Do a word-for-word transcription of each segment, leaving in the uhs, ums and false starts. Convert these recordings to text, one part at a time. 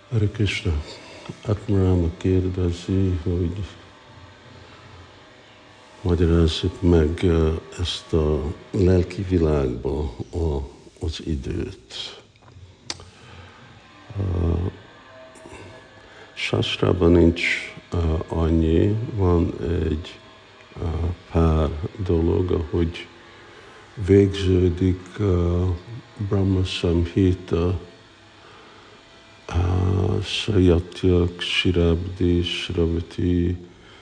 Hare Krishna. Atmarama kérdezi, hogy magyarázzuk meg ezt a lelki világba a, az időt. Sastrában nincs annyi, van egy pár dolog, ahogy végződik Brahma Samhita, Sajatyak, Shirabdi, Shravati,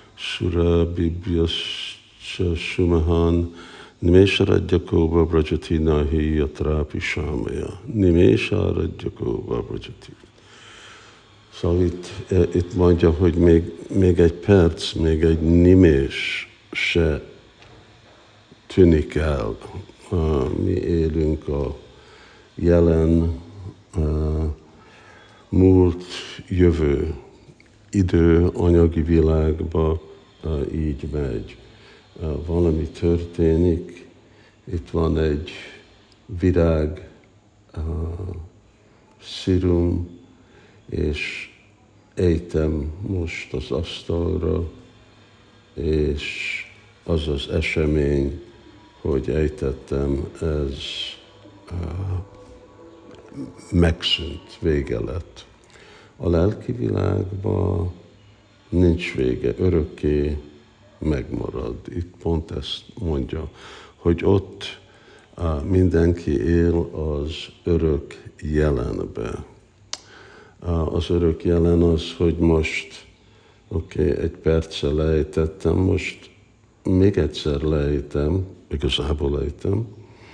Surabibhyascha, Shumahan, Nimesharadjakóba Brajati Nahi Yatrápi Sámaya. Nimesharadjakóba Brajati. Szóval itt, itt mondja, hogy még, még egy perc, még egy nimés se tűnik el. Mi élünk a jelen, múlt, jövő, idő, anyagi világba így megy. Valami történik, itt van egy virág, szirum, és ejtem most az asztalra, és az az esemény, hogy ejtettem, ez megszűnt, vége lett. A lelki világban nincs vége, örökké megmarad. Itt pont ezt mondja, hogy ott mindenki él az örök jelenbe. Az örök jelen az, hogy most, oké, okay, egy perccel lejtettem, most még egyszer lejtem, igazából lejtem,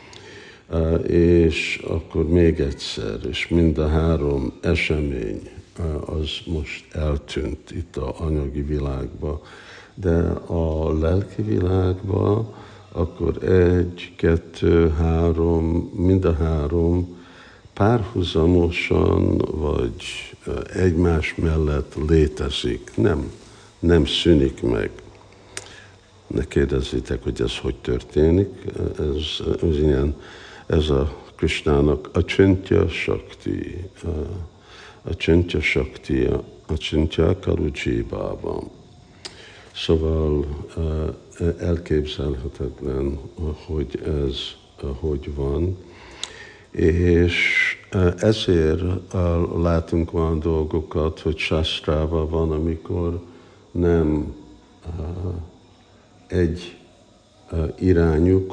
és akkor még egyszer, és mind a három esemény az most eltűnt itt az anyagi világban. De a lelki világban akkor egy, kettő, három, mind a három párhuzamosan vagy egymás mellett létezik, nem, nem szűnik meg. Ne kérdezzétek, hogy ez hogy történik, ez, ez ilyen, ez a Krishnának a Acsintya Shakti, a Csintya Shakti, a Csintya Karucsibában. Szóval elképzelhetetlen, hogy ez hogy van, és ezért látunk olyan dolgokat, hogy Sastrában van, amikor nem egy irányú,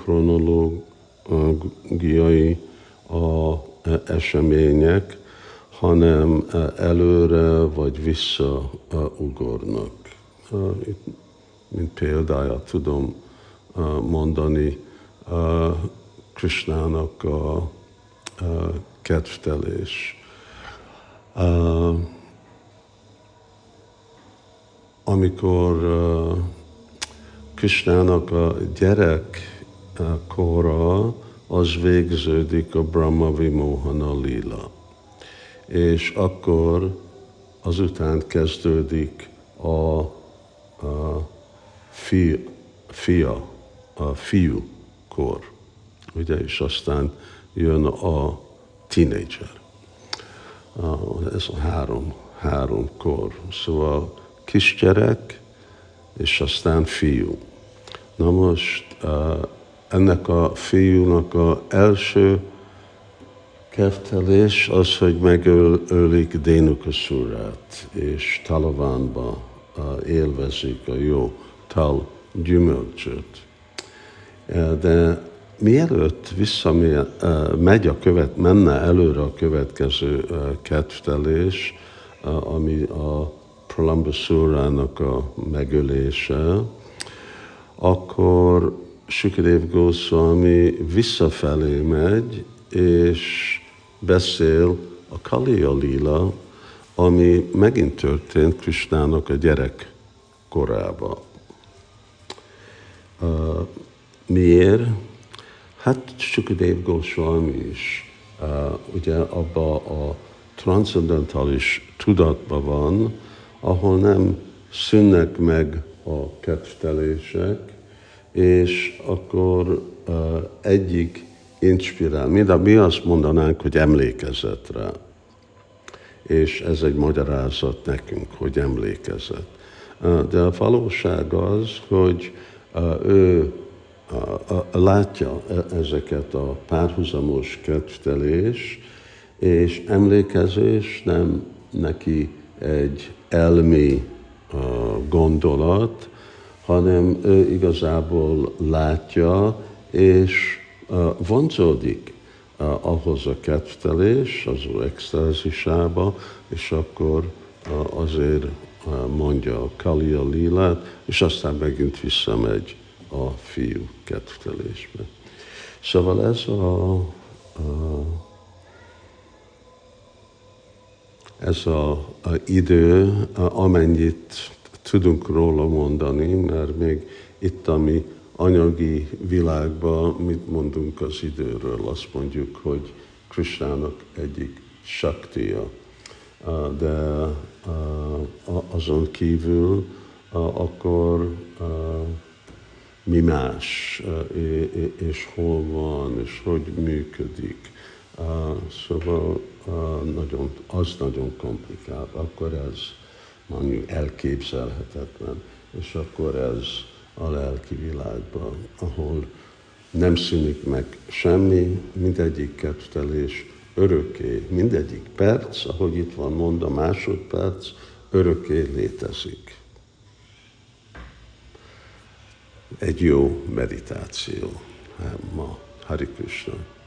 kronológiai a események, hanem előre vagy vissza ugornak. Mint példáját tudom mondani Krishnának a kedvtelés. Amikor Krishnának a gyerek kora, az végződik a Brahma Vimohana Lila. És akkor azután kezdődik a, a fi, fia, a fiú kor. Ugye, és aztán jön a tínédzser. Ez a három, három kor. Szóval kisgyerek, és aztán fiú. Na most ennek a fiúnak az első kedvtelés az, hogy megölik Dénukaszurát, és Talavánba élvezik a jó tal gyümölcsöt. De mielőtt visszamegy a követ, menne előre a következő kedvtelés, ami a Pralambasurának a megölése, akkor Sukadev Goswami visszafelé megy, és beszél a Kaliya Lila, ami megint történt Krishnának a gyerek korában. Uh, miért? Hát Sukadev Goswami is uh, ugye abban a transzendentális tudatban van, ahol nem szűnnek meg a kedvtelések, és akkor uh, egyik inspirál, mind a, mi azt mondanánk, hogy emlékezetre. és ez egy magyarázat nekünk, hogy emlékezet. De a valóság az, hogy ő látja ezeket a párhuzamos kedvtelés, és emlékezés nem neki egy elmi gondolat, hanem ő igazából látja, és vonzódik ahhoz a kedvtelés, az ő extázisába, és akkor azért mondja a Kalia lilát, és aztán megint visszamegy a fiú kedvtelésbe. Szóval ez a, a ez a, a idő, amennyit tudunk róla mondani, mert még itt a mi anyagi világban mit mondunk az időről? Azt mondjuk, hogy Krisnának egyik saktia, de azon kívül akkor mi más, és hol van, és hogy működik. Szóval nagyon, az nagyon komplikált, akkor ez mondjuk elképzelhetetlen, és akkor ez a lelki világban, ahol nem szűnik meg semmi, mindegyik kedvtelés örökké, mindegyik perc, ahogy itt van mondva, másodperc, örökké létezik. Egy jó meditáció ma. Hari Krishna.